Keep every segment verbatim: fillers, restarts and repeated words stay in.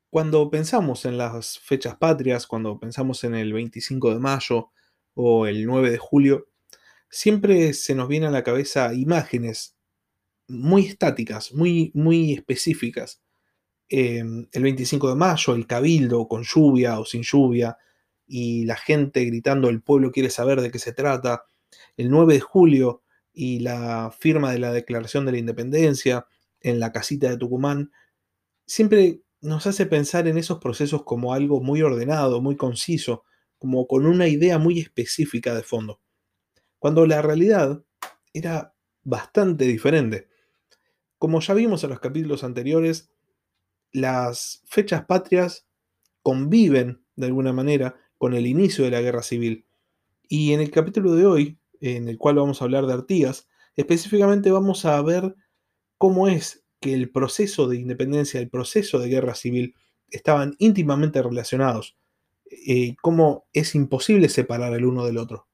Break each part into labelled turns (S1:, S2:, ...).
S1: Cuando pensamos en las fechas patrias, cuando pensamos en el veinticinco de mayo o el nueve de julio, siempre se nos vienen a la cabeza imágenes muy estáticas, muy, muy específicas. Em, el veinticinco de mayo, el cabildo con lluvia o sin lluvia, y la gente gritando: "El pueblo quiere saber de qué se trata". El nueve de julio y la firma de la Declaración de la Independencia en la casita de Tucumán, siempre nos hace pensar en esos procesos como algo muy ordenado, muy conciso, como con una idea muy específica de fondo, cuando la realidad era bastante diferente. Como ya vimos en los capítulos anteriores, las fechas patrias conviven de alguna manera con el inicio de la guerra civil. Y en el capítulo de hoy, en el cual vamos a hablar de Artigas, específicamente vamos a ver cómo es que el proceso de independencia, el proceso de guerra civil, estaban íntimamente relacionados, y cómo es imposible separar el uno del otro.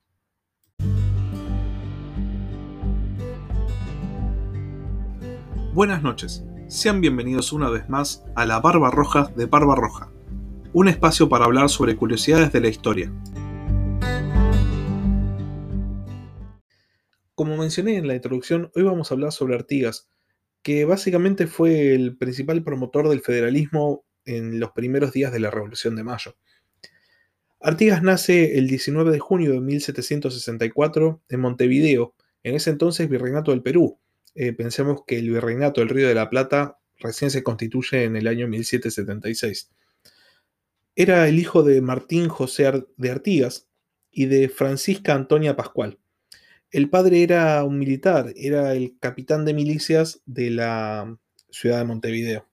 S1: Buenas noches, sean bienvenidos una vez más a La Barba Roja de Barba Roja, un espacio para hablar sobre curiosidades de la historia. Como mencioné en la introducción, hoy vamos a hablar sobre Artigas, que básicamente fue el principal promotor del federalismo en los primeros días de la Revolución de Mayo. Artigas nace el diecinueve de junio de mil setecientos sesenta y cuatro en Montevideo, en ese entonces Virreinato del Perú. Eh, pensemos que el Virreinato del Río de la Plata recién se constituye en el año mil setecientos setenta y seis. Era el hijo de Martín José Ar- de Artigas y de Francisca Antonia Pascual. El padre era un militar, era el capitán de milicias de la ciudad de Montevideo.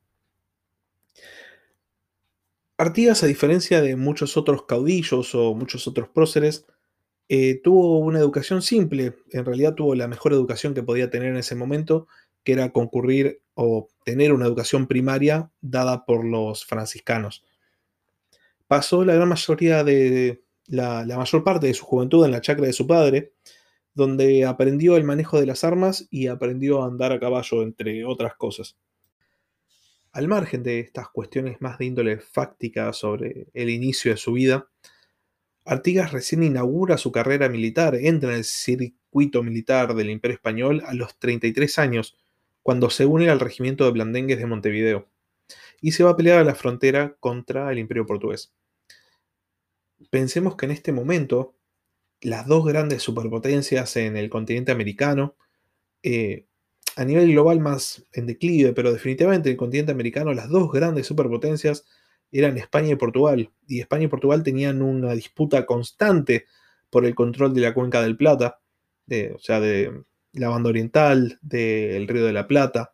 S1: Artigas, a diferencia de muchos otros caudillos o muchos otros próceres, eh, tuvo una educación simple. En realidad tuvo la mejor educación que podía tener en ese momento, que era concurrir o tener una educación primaria dada por los franciscanos. Pasó la gran mayoría de la, la mayor parte de su juventud en la chacra de su padre, donde aprendió el manejo de las armas y aprendió a andar a caballo, entre otras cosas. Al margen de estas cuestiones más de índole fáctica sobre el inicio de su vida, Artigas recién inaugura su carrera militar, entra en el circuito militar del Imperio Español a los treinta y tres años, cuando se une al regimiento de blandengues de Montevideo, y se va a pelear a la frontera contra el Imperio Portugués. Pensemos que en este momento, las dos grandes superpotencias en el continente americano, eh, a nivel global más en declive, pero definitivamente en el continente americano las dos grandes superpotencias eran España y Portugal. Y España y Portugal tenían una disputa constante por el control de la cuenca del Plata, de, o sea, de la banda oriental, del Río de la Plata.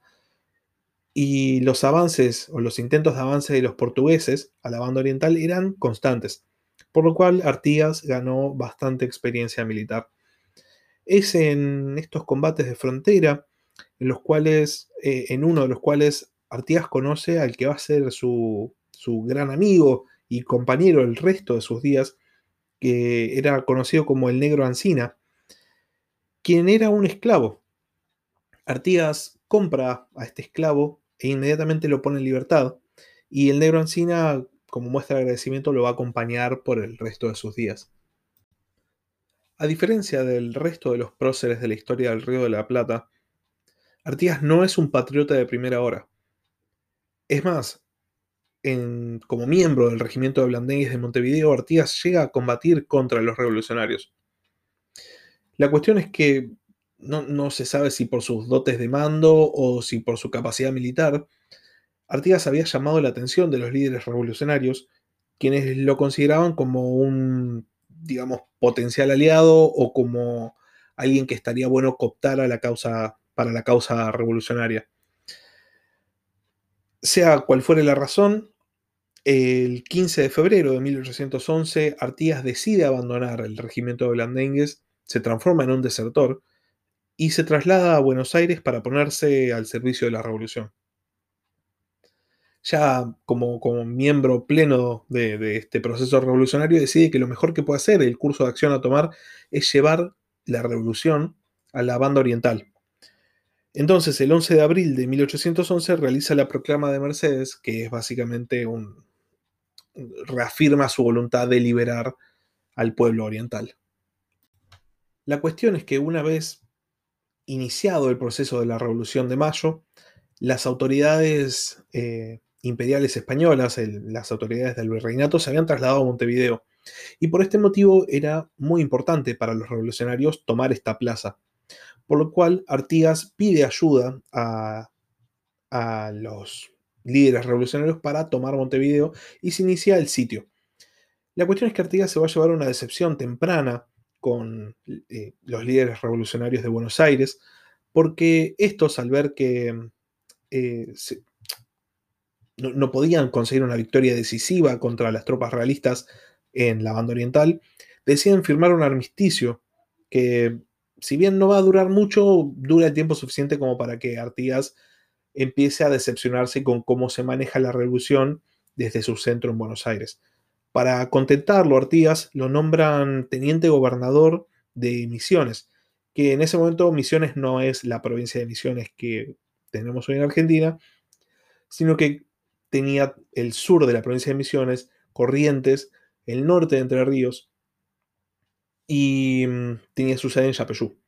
S1: Y los avances o los intentos de avance de los portugueses a la banda oriental eran constantes, por lo cual Artigas ganó bastante experiencia militar. Es en estos combates de frontera en los cuales, eh, en uno de los cuales Artigas conoce al que va a ser su, su gran amigo y compañero el resto de sus días, que era conocido como el Negro Ancina, quien era un esclavo. Artigas compra a este esclavo e inmediatamente lo pone en libertad, y el Negro Ancina, como muestra de agradecimiento, lo va a acompañar por el resto de sus días. A diferencia del resto de los próceres de la historia del Río de la Plata, Artigas no es un patriota de primera hora. Es más, en- como miembro del regimiento de blandengues de Montevideo, Artigas llega a combatir contra los revolucionarios. La cuestión es que no, no se sabe si por sus dotes de mando o si por su capacidad militar, Artigas había llamado la atención de los líderes revolucionarios, quienes lo consideraban como un, digamos, potencial aliado o como alguien que estaría bueno cooptar a la causa, para la causa revolucionaria. Sea cual fuere la razón, el quince de febrero de mil ochocientos once, Artigas decide abandonar el regimiento de blandengues, se transforma en un desertor y se traslada a Buenos Aires para ponerse al servicio de la revolución. Ya como, como miembro pleno de, de este proceso revolucionario, decide que lo mejor que puede hacer, el curso de acción a tomar, es llevar la revolución a la banda oriental. Entonces, el once de abril de mil ochocientos once realiza la proclama de Mercedes, que es básicamente un reafirma su voluntad de liberar al pueblo oriental. La cuestión es que una vez iniciado el proceso de la Revolución de Mayo, las autoridades eh, imperiales españolas, el, las autoridades del virreinato, se habían trasladado a Montevideo. Y por este motivo era muy importante para los revolucionarios tomar esta plaza. Por lo cual Artigas pide ayuda a, a los líderes revolucionarios para tomar Montevideo y se inicia el sitio. La cuestión es que Artigas se va a llevar una decepción temprana con eh, los líderes revolucionarios de Buenos Aires, porque estos, al ver que eh, se, no, no, podían conseguir una victoria decisiva contra las tropas realistas en la banda oriental, deciden firmar un armisticio que, si bien no va a durar mucho, dura el tiempo suficiente como para que Artigas empiece a decepcionarse con cómo se maneja la revolución desde su centro en Buenos Aires. Para contentarlo, Artigas lo nombran teniente gobernador de Misiones, que en ese momento Misiones no es la provincia de Misiones que tenemos hoy en Argentina, sino que tenía el sur de la provincia de Misiones, Corrientes, el norte de Entre Ríos, y mmm, tenía su sede en Yapeyú.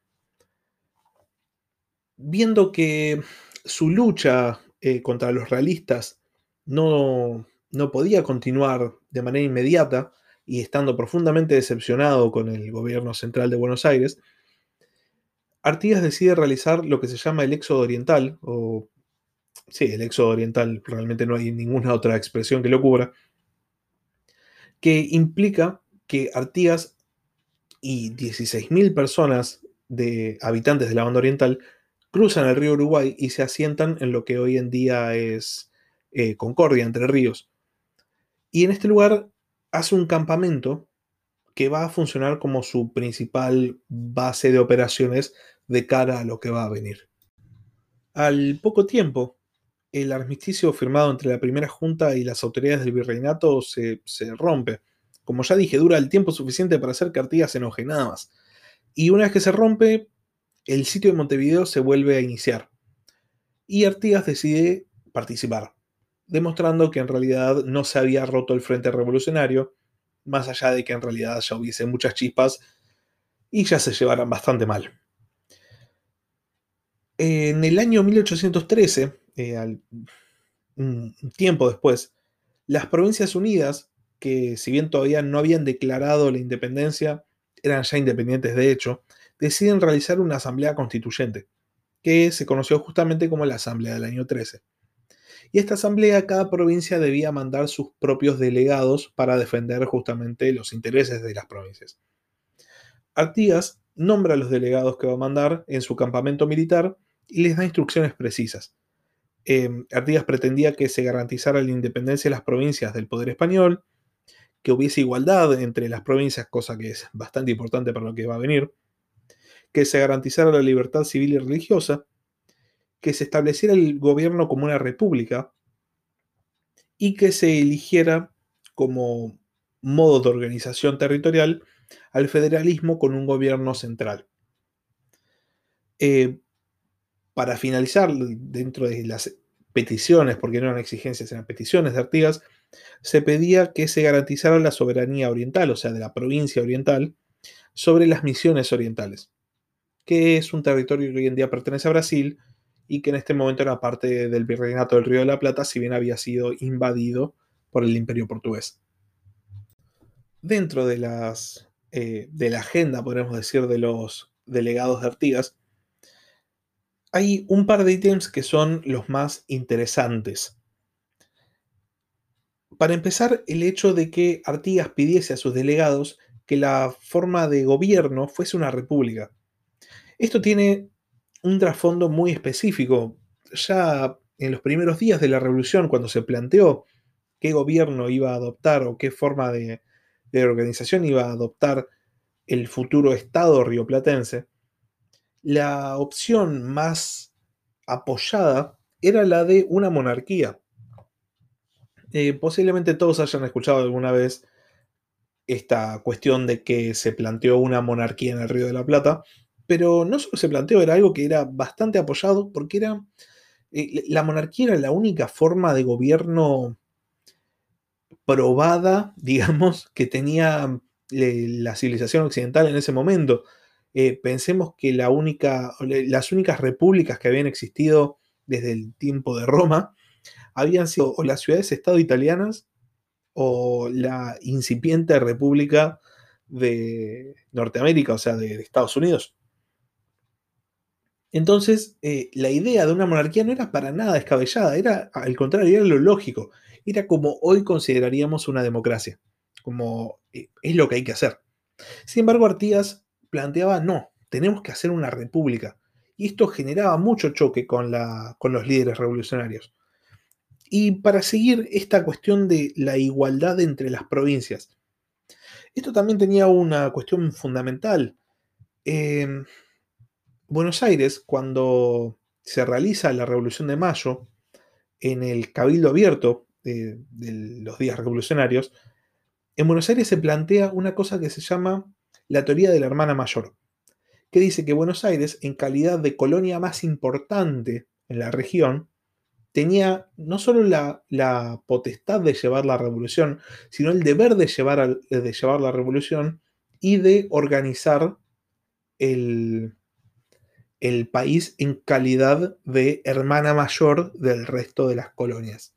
S1: Viendo que su lucha eh, contra los realistas no, no podía continuar de manera inmediata, y estando profundamente decepcionado con el gobierno central de Buenos Aires, Artigas decide realizar lo que se llama el éxodo oriental, o sí, el éxodo oriental, realmente no hay ninguna otra expresión que lo cubra, que implica que Artigas y dieciséis mil personas de habitantes de la banda oriental cruzan el río Uruguay y se asientan en lo que hoy en día es eh, Concordia, Entre Ríos. Y en este lugar hace un campamento que va a funcionar como su principal base de operaciones de cara a lo que va a venir. Al poco tiempo, el armisticio firmado entre la primera junta y las autoridades del virreinato se, se rompe. Como ya dije, dura el tiempo suficiente para hacer que Artigas se enoje, nada más. Y una vez que se rompe, el sitio de Montevideo se vuelve a iniciar. Y Artigas decide participar, demostrando que en realidad no se había roto el frente revolucionario, más allá de que en realidad ya hubiese muchas chispas y ya se llevaran bastante mal. En el año mil ochocientos trece, eh, al, un tiempo después, las Provincias Unidas, que si bien todavía no habían declarado la independencia, eran ya independientes de hecho, deciden realizar una asamblea constituyente, que se conoció justamente como la Asamblea del año trece. Y esta asamblea, cada provincia debía mandar sus propios delegados para defender justamente los intereses de las provincias. Artigas nombra a los delegados que va a mandar en su campamento militar y les da instrucciones precisas. Eh, Artigas pretendía que se garantizara la independencia de las provincias del poder español, que hubiese igualdad entre las provincias, cosa que es bastante importante para lo que va a venir, que se garantizara la libertad civil y religiosa, que se estableciera el gobierno como una república y que se eligiera como modo de organización territorial al federalismo con un gobierno central. Eh, para finalizar, dentro de las peticiones, porque no eran exigencias, eran peticiones de Artigas, se pedía que se garantizara la soberanía oriental, o sea, de la provincia oriental, sobre las misiones orientales, que es un territorio que hoy en día pertenece a Brasil y que en este momento era parte del Virreinato del Río de la Plata, si bien había sido invadido por el Imperio Portugués. Dentro de, las, eh, de la agenda, podríamos decir, de los delegados de Artigas, hay un par de ítems que son los más interesantes. Para empezar, el hecho de que Artigas pidiese a sus delegados que la forma de gobierno fuese una república. Esto tiene un trasfondo muy específico. Ya en los primeros días de la revolución, cuando se planteó qué gobierno iba a adoptar o qué forma de, de organización iba a adoptar el futuro Estado rioplatense, la opción más apoyada era la de una monarquía. Eh, posiblemente todos hayan escuchado alguna vez esta cuestión de que se planteó una monarquía en el Río de la Plata. Pero no solo se planteó, era algo que era bastante apoyado porque era, eh, la monarquía era la única forma de gobierno probada, digamos, que tenía eh, la civilización occidental en ese momento. Eh, pensemos que la única, las únicas repúblicas que habían existido desde el tiempo de Roma habían sido o las ciudades-estado italianas o la incipiente República de Norteamérica, o sea, de, de Estados Unidos. Entonces, eh, la idea de una monarquía no era para nada descabellada, era al contrario, era lo lógico. Era como hoy consideraríamos una democracia, como eh, es lo que hay que hacer. Sin embargo, Artigas planteaba, no, tenemos que hacer una república. Y esto generaba mucho choque con, la, con los líderes revolucionarios. Y para seguir esta cuestión de la igualdad entre las provincias, esto también tenía una cuestión fundamental. Eh, Buenos Aires, cuando se realiza la Revolución de Mayo, en el Cabildo Abierto de, de los días revolucionarios, en Buenos Aires se plantea una cosa que se llama la teoría de la hermana mayor, que dice que Buenos Aires, en calidad de colonia más importante en la región, tenía no solo la, la potestad de llevar la revolución, sino el deber de llevar, al- de llevar la revolución y de organizar el, el país en calidad de hermana mayor del resto de las colonias.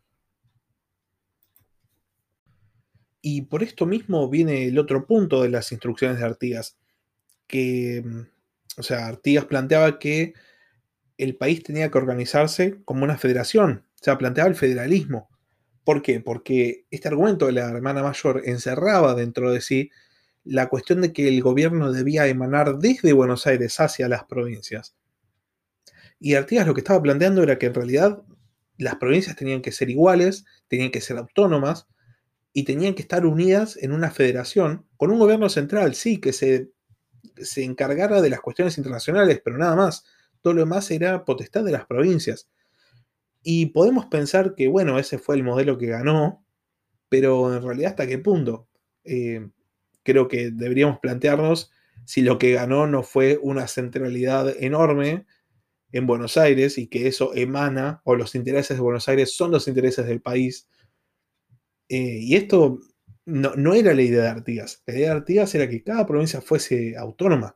S1: Y por esto mismo viene el otro punto de las instrucciones de Artigas, que, mm, o sea, Artigas planteaba que el país tenía que organizarse como una federación, o sea, planteaba el federalismo. ¿Por qué? Porque este argumento de la hermana mayor encerraba dentro de sí la cuestión de que el gobierno debía emanar desde Buenos Aires hacia las provincias. Y Artigas lo que estaba planteando era que en realidad las provincias tenían que ser iguales, tenían que ser autónomas y tenían que estar unidas en una federación con un gobierno central, sí, que se, se encargara de las cuestiones internacionales, pero nada más. Todo lo demás era potestad de las provincias. Y podemos pensar que, bueno, ese fue el modelo que ganó, pero en realidad hasta qué punto. Eh, Creo que deberíamos plantearnos si lo que ganó no fue una centralidad enorme en Buenos Aires y que eso emana, o los intereses de Buenos Aires son los intereses del país. Eh, y esto no, no era la idea de Artigas. La idea de Artigas era que cada provincia fuese autónoma.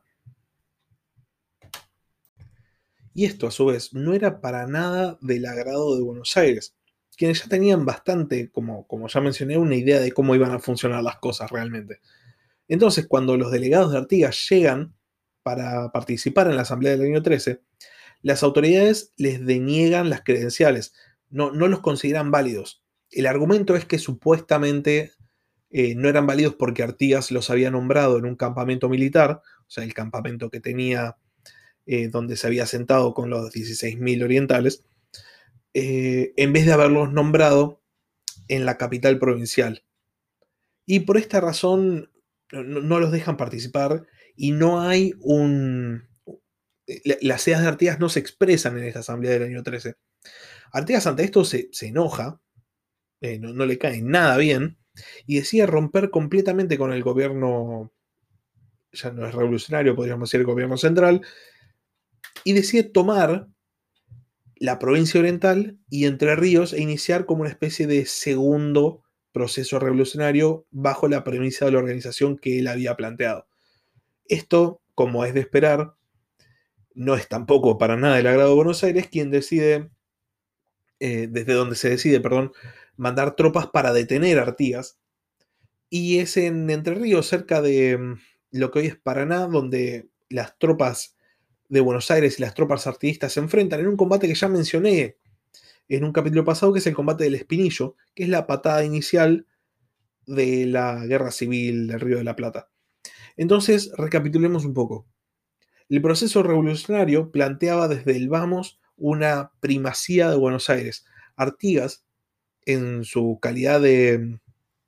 S1: Y esto, a su vez, no era para nada del agrado de Buenos Aires, quienes ya tenían bastante, como, como ya mencioné, una idea de cómo iban a funcionar las cosas realmente. Entonces, cuando los delegados de Artigas llegan para participar en la asamblea del año trece, las autoridades les deniegan las credenciales, no, no los consideran válidos. El argumento es que supuestamente eh, no eran válidos porque Artigas los había nombrado en un campamento militar, o sea, el campamento que tenía eh, donde se había sentado con los dieciséis mil orientales, eh, en vez de haberlos nombrado en la capital provincial. Y por esta razón no, no los dejan participar y no hay un... Las ideas de Artigas no se expresan en esta asamblea del año trece. Artigas ante esto se, se enoja, eh, no, no le cae nada bien, y decide romper completamente con el gobierno, ya no es revolucionario, podríamos decir el gobierno central, y decide tomar la provincia oriental y Entre Ríos e iniciar como una especie de segundo proceso revolucionario bajo la premisa de la organización que él había planteado. Esto, como es de esperar, no es tampoco para nada del agrado de Buenos Aires, quien decide, eh, desde donde se decide, perdón, mandar tropas para detener a Artigas. Y es en Entre Ríos, cerca de mm, lo que hoy es Paraná, donde las tropas de Buenos Aires y las tropas artiguistas se enfrentan en un combate que ya mencioné en un capítulo pasado, que es el combate del Espinillo, que es la patada inicial de la Guerra Civil del Río de la Plata. Entonces, recapitulemos un poco. El proceso revolucionario planteaba desde el vamos una primacía de Buenos Aires. Artigas, en su calidad de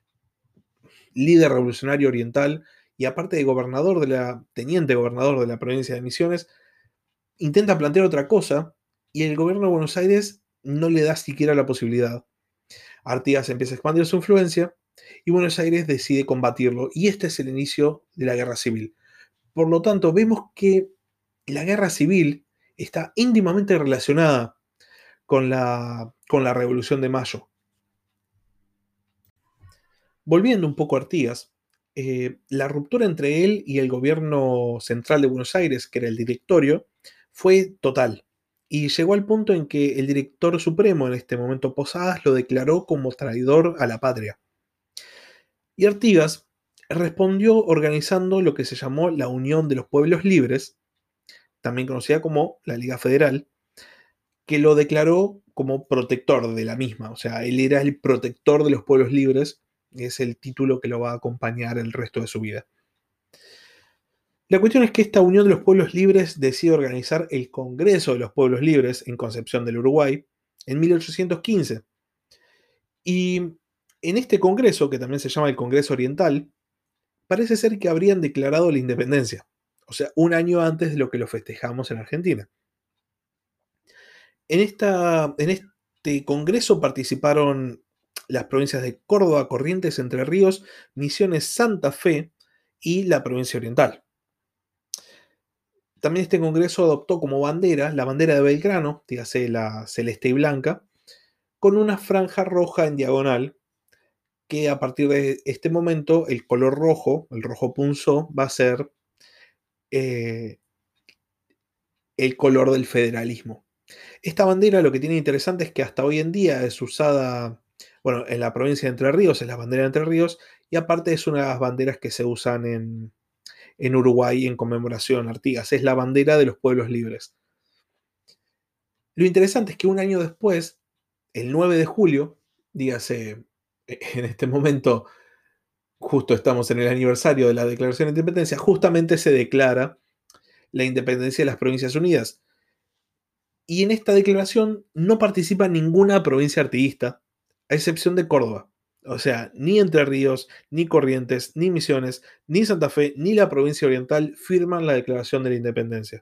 S1: líder revolucionario oriental y aparte de gobernador de la, teniente gobernador de la provincia de Misiones, intenta plantear otra cosa y el gobierno de Buenos Aires no le da siquiera la posibilidad. Artigas empieza a expandir su influencia y Buenos Aires decide combatirlo y este es el inicio de la guerra civil. Por lo tanto, vemos que la guerra civil está íntimamente relacionada con la, con la Revolución de Mayo. Volviendo un poco a Artigas, eh, la ruptura entre él y el gobierno central de Buenos Aires, que era el directorio, fue total. Y llegó al punto en que el director supremo, en este momento Posadas, lo declaró como traidor a la patria. Y Artigas respondió organizando lo que se llamó la Unión de los Pueblos Libres, también conocida como la Liga Federal, que lo declaró como protector de la misma. O sea, él era el protector de los pueblos libres, es el título que lo va a acompañar el resto de su vida. La cuestión es que esta Unión de los Pueblos Libres decide organizar el Congreso de los Pueblos Libres en Concepción del Uruguay en mil ochocientos quince. Y en este Congreso, que también se llama el Congreso Oriental, parece ser que habrían declarado la independencia, o sea, un año antes de lo que lo festejamos en Argentina. En, esta, en este congreso participaron las provincias de Córdoba, Corrientes, Entre Ríos, Misiones, Santa Fe y la provincia oriental. También este congreso adoptó como bandera la bandera de Belgrano, dígase la celeste y blanca, con una franja roja en diagonal, que a partir de este momento el color rojo, el rojo punzó, va a ser eh, el color del federalismo. Esta bandera lo que tiene interesante es que hasta hoy en día es usada, bueno, en la provincia de Entre Ríos, es la bandera de Entre Ríos, y aparte es una de las banderas que se usan en, en Uruguay en conmemoración a Artigas, es la bandera de los pueblos libres. Lo interesante es que un año después, el nueve de julio, dígase, en este momento, justo estamos en el aniversario de la Declaración de Independencia, justamente se declara la independencia de las Provincias Unidas. Y en esta declaración no participa ninguna provincia artiguista, a excepción de Córdoba. O sea, ni Entre Ríos, ni Corrientes, ni Misiones, ni Santa Fe, ni la provincia oriental firman la declaración de la independencia.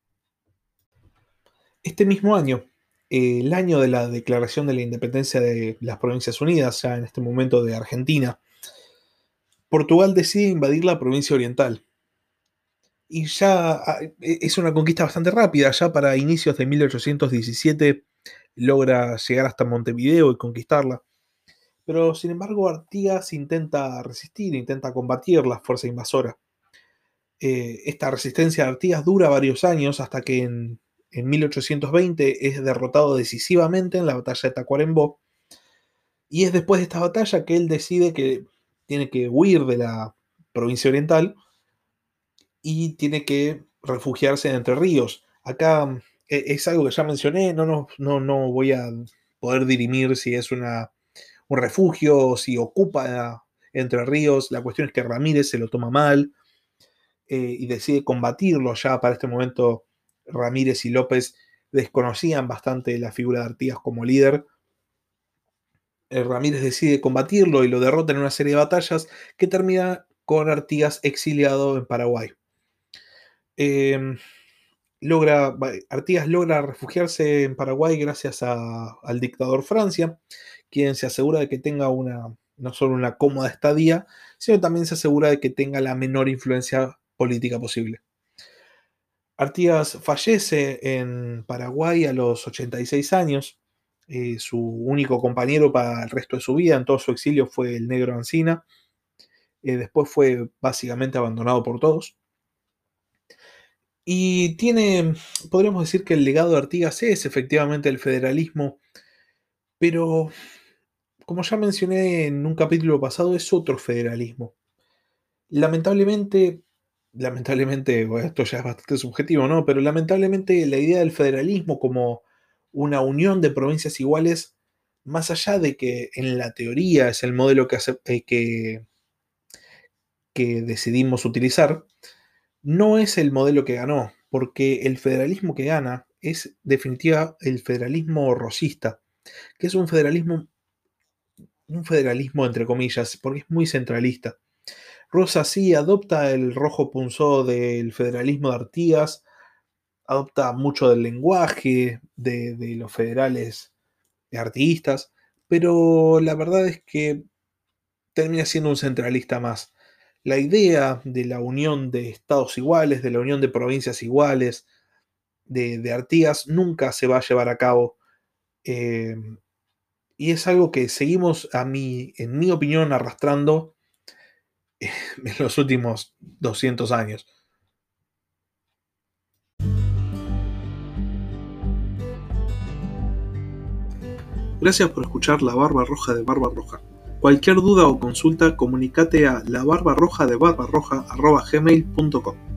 S1: Este mismo año, eh, el año de la declaración de la independencia de las Provincias Unidas, ya en este momento de Argentina, Portugal decide invadir la provincia oriental. Y ya ah, es una conquista bastante rápida, ya para inicios de mil ochocientos diecisiete logra llegar hasta Montevideo y conquistarla. Pero sin embargo Artigas intenta resistir, intenta combatir la fuerza invasora. Eh, esta resistencia de Artigas dura varios años hasta que en, en mil ochocientos veinte es derrotado decisivamente en la batalla de Tacuarembó. Y es después de esta batalla que él decide que tiene que huir de la provincia oriental y tiene que refugiarse en Entre Ríos. Acá eh, es algo que ya mencioné, no, no, no, no voy a poder dirimir si es una, un refugio, si ocupa Entre Ríos. La cuestión es que Ramírez se lo toma mal eh, y decide combatirlo. Ya para este momento Ramírez y López desconocían bastante la figura de Artigas como líder. Eh, Ramírez decide combatirlo y lo derrota en una serie de batallas que termina con Artigas exiliado en Paraguay. Eh, logra, Artigas logra refugiarse en Paraguay gracias a, al dictador Francia, quien se asegura de que tenga una, no solo una cómoda estadía, sino también se asegura de que tenga la menor influencia política posible. Artigas fallece en Paraguay a los ochenta y seis años. Eh, su único compañero para el resto de su vida en todo su exilio fue el negro Ancina. Eh, después fue básicamente abandonado por todos. Y tiene, podríamos decir que el legado de Artigas es efectivamente el federalismo, pero como ya mencioné en un capítulo pasado, es otro federalismo. Lamentablemente, lamentablemente, bueno, esto ya es bastante subjetivo, ¿no? Pero lamentablemente la idea del federalismo como una unión de provincias iguales, más allá de que en la teoría es el modelo que, hace, eh, que, que decidimos utilizar, no es el modelo que ganó, porque el federalismo que gana es definitiva el federalismo rosista, que es un federalismo, un federalismo entre comillas, porque es muy centralista. Rosa sí adopta el rojo punzó del federalismo de Artigas, adopta mucho del lenguaje de, de los federales artiguistas, pero la verdad es que termina siendo un centralista más. La idea de la unión de estados iguales, de la unión de provincias iguales, de, de Artigas, nunca se va a llevar a cabo. Eh, y es algo que seguimos, a mí, en mi opinión, arrastrando en los últimos doscientos años. Gracias por escuchar La Barba Roja de Barba Roja. Cualquier duda o consulta, comunicate a labarbarroja de barbarroja arroba gmail punto com.